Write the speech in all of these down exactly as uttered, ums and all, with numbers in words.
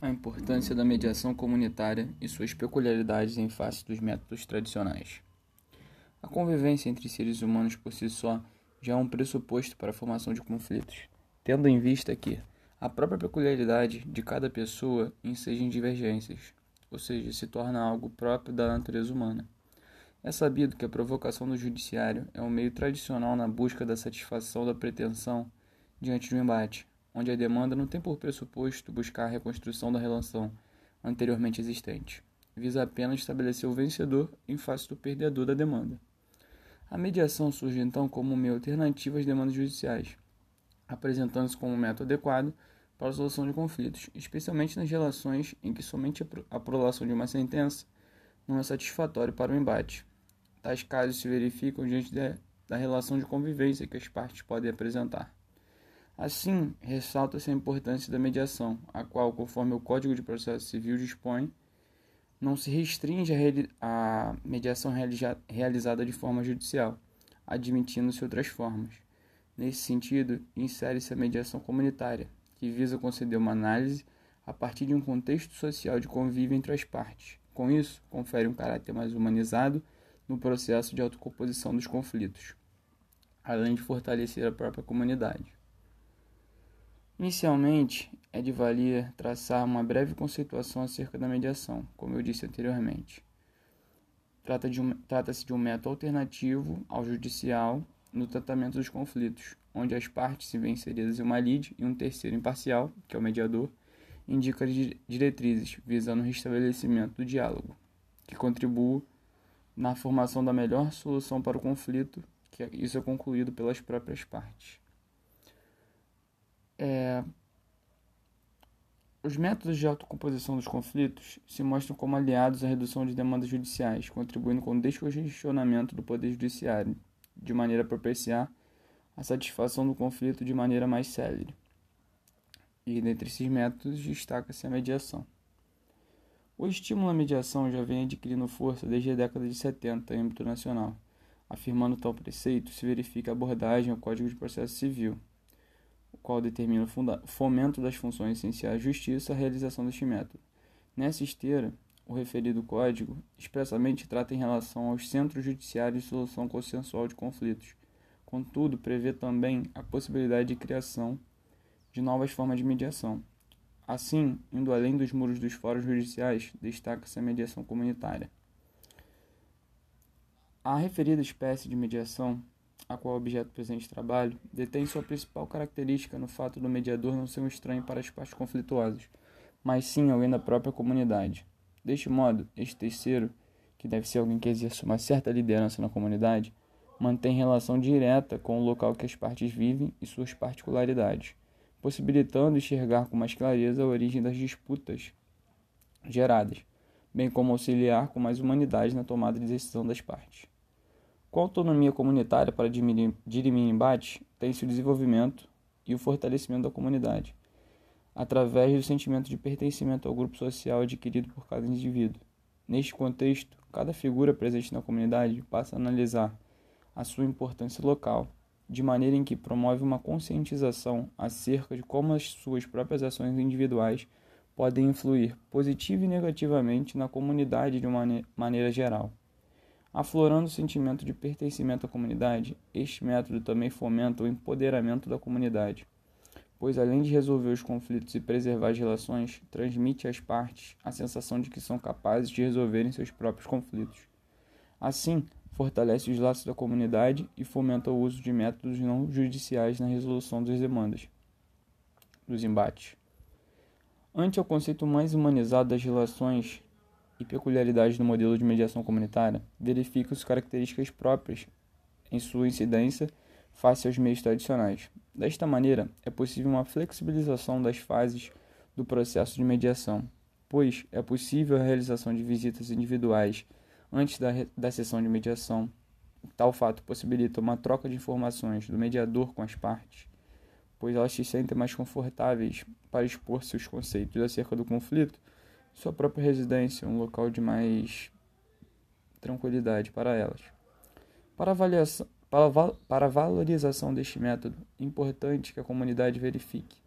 A importância da mediação comunitária e suas peculiaridades em face dos métodos tradicionais. A convivência entre seres humanos por si só já é um pressuposto para a formação de conflitos, tendo em vista que a própria peculiaridade de cada pessoa enseja em divergências, ou seja, se torna algo próprio da natureza humana. É sabido que a provocação do judiciário é um meio tradicional na busca da satisfação da pretensão diante do embate, onde a demanda não tem por pressuposto buscar a reconstrução da relação anteriormente existente, visa apenas estabelecer o vencedor em face do perdedor da demanda. A mediação surge então como uma alternativa às demandas judiciais, apresentando-se como um método adequado para a solução de conflitos, especialmente nas relações em que somente a prolação de uma sentença não é satisfatória para o embate. Tais casos se verificam diante de, da relação de convivência que as partes podem apresentar. Assim, ressalta-se a importância da mediação, a qual, conforme o Código de Processo Civil dispõe, não se restringe a, reali- a mediação realiza- realizada de forma judicial, admitindo-se outras formas. Nesse sentido, insere-se a mediação comunitária, que visa conceder uma análise a partir de um contexto social de convívio entre as partes. Com isso, confere um caráter mais humanizado no processo de autocomposição dos conflitos, além de fortalecer a própria comunidade. Inicialmente, é de valia traçar uma breve conceituação acerca da mediação, como eu disse anteriormente. Trata de um, trata-se de um método alternativo ao judicial no tratamento dos conflitos, onde as partes se veem inseridas em uma lide e um terceiro imparcial, que é o mediador, indica diretrizes visando o restabelecimento do diálogo, que contribua na formação da melhor solução para o conflito, que isso é concluído pelas próprias partes. É... Os métodos de autocomposição dos conflitos se mostram como aliados à redução de demandas judiciais, contribuindo com o descongestionamento do poder judiciário, de maneira a propiciar a satisfação do conflito de maneira mais célere. E dentre esses métodos destaca-se a mediação. O estímulo à mediação já vem adquirindo força desde a década de setenta em âmbito nacional. Afirmando tal preceito, se verifica a abordagem ao Código de Processo Civil, o qual determina o fomento das funções essenciais da justiça e a realização deste método. Nessa esteira, o referido Código expressamente trata em relação aos centros judiciários de solução consensual de conflitos. Contudo, prevê também a possibilidade de criação de novas formas de mediação. Assim, indo além dos muros dos fóruns judiciais, destaca-se a mediação comunitária. A referida espécie de mediação, a qual é objeto do presente trabalho, detém sua principal característica no fato do mediador não ser um estranho para as partes conflituosas, mas sim alguém da própria comunidade. Deste modo, este terceiro, que deve ser alguém que exerça uma certa liderança na comunidade, mantém relação direta com o local que as partes vivem e suas particularidades, possibilitando enxergar com mais clareza a origem das disputas geradas, bem como auxiliar com mais humanidade na tomada de decisão das partes. Com a autonomia comunitária para dirimir embates, tem-se o desenvolvimento e o fortalecimento da comunidade, através do sentimento de pertencimento ao grupo social adquirido por cada indivíduo. Neste contexto, cada figura presente na comunidade passa a analisar a sua importância local, de maneira em que promove uma conscientização acerca de como as suas próprias ações individuais podem influir positiva e negativamente na comunidade de uma maneira geral. Aflorando o sentimento de pertencimento à comunidade, este método também fomenta o empoderamento da comunidade, pois além de resolver os conflitos e preservar as relações, transmite às partes a sensação de que são capazes de resolverem seus próprios conflitos. Assim, fortalece os laços da comunidade e fomenta o uso de métodos não judiciais na resolução das demandas, dos embates. Ante ao conceito mais humanizado das relações e peculiaridades do modelo de mediação comunitária, verificam-se características próprias em sua incidência face aos meios tradicionais. Desta maneira, é possível uma flexibilização das fases do processo de mediação, pois é possível a realização de visitas individuais antes da, da sessão de mediação. Tal fato possibilita uma troca de informações do mediador com as partes, pois elas se sentem mais confortáveis para expor seus conceitos acerca do conflito em sua própria residência, um local de mais tranquilidade para elas. Para avaliação, para, para a valorização deste método, é importante que a comunidade verifique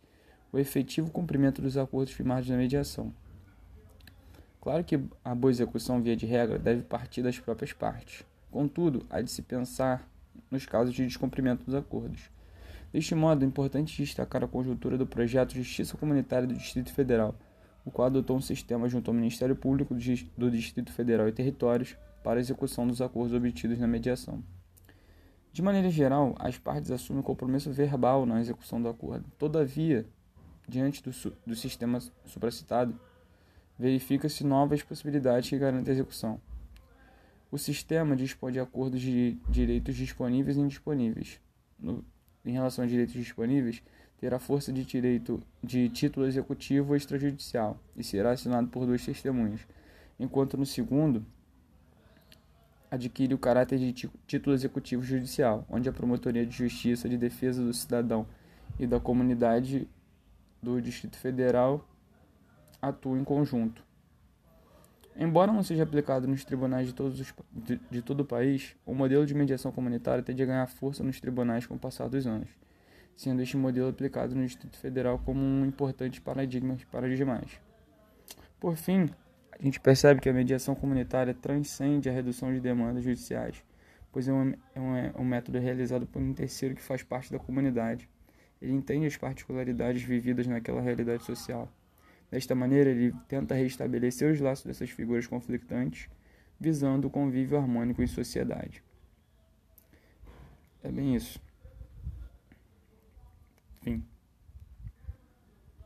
o efetivo cumprimento dos acordos firmados na mediação. Claro que a boa execução, via de regra, deve partir das próprias partes. Contudo, há de se pensar nos casos de descumprimento dos acordos. Deste modo, é importante destacar a conjuntura do projeto Justiça Comunitária do Distrito Federal, o qual adotou um sistema junto ao Ministério Público do Distrito Federal e Territórios para a execução dos acordos obtidos na mediação. De maneira geral, as partes assumem compromisso verbal na execução do acordo. Todavia, diante do, do sistema supracitado, verifica-se novas possibilidades que garantem a execução. O sistema dispõe de acordos de direitos disponíveis e indisponíveis. No, em relação a direitos disponíveis, terá força de direito de título executivo ou extrajudicial e será assinado por duas testemunhas, enquanto no segundo adquire o caráter de título executivo judicial, onde a Promotoria de Justiça de Defesa do Cidadão e da Comunidade do Distrito Federal atua em conjunto. Embora não seja aplicado nos tribunais de, todos os, de, de todo o país, o modelo de mediação comunitária tende a ganhar força nos tribunais com o passar dos anos, sendo este modelo aplicado no Distrito Federal como um importante paradigma para os demais. Por fim, a gente percebe que a mediação comunitária transcende a redução de demandas judiciais, pois é um, é um, é um método realizado por um terceiro que faz parte da comunidade. Ele entende as particularidades vividas naquela realidade social. Desta maneira, ele tenta restabelecer os laços dessas figuras conflitantes, visando o convívio harmônico em sociedade. É bem isso. Fim.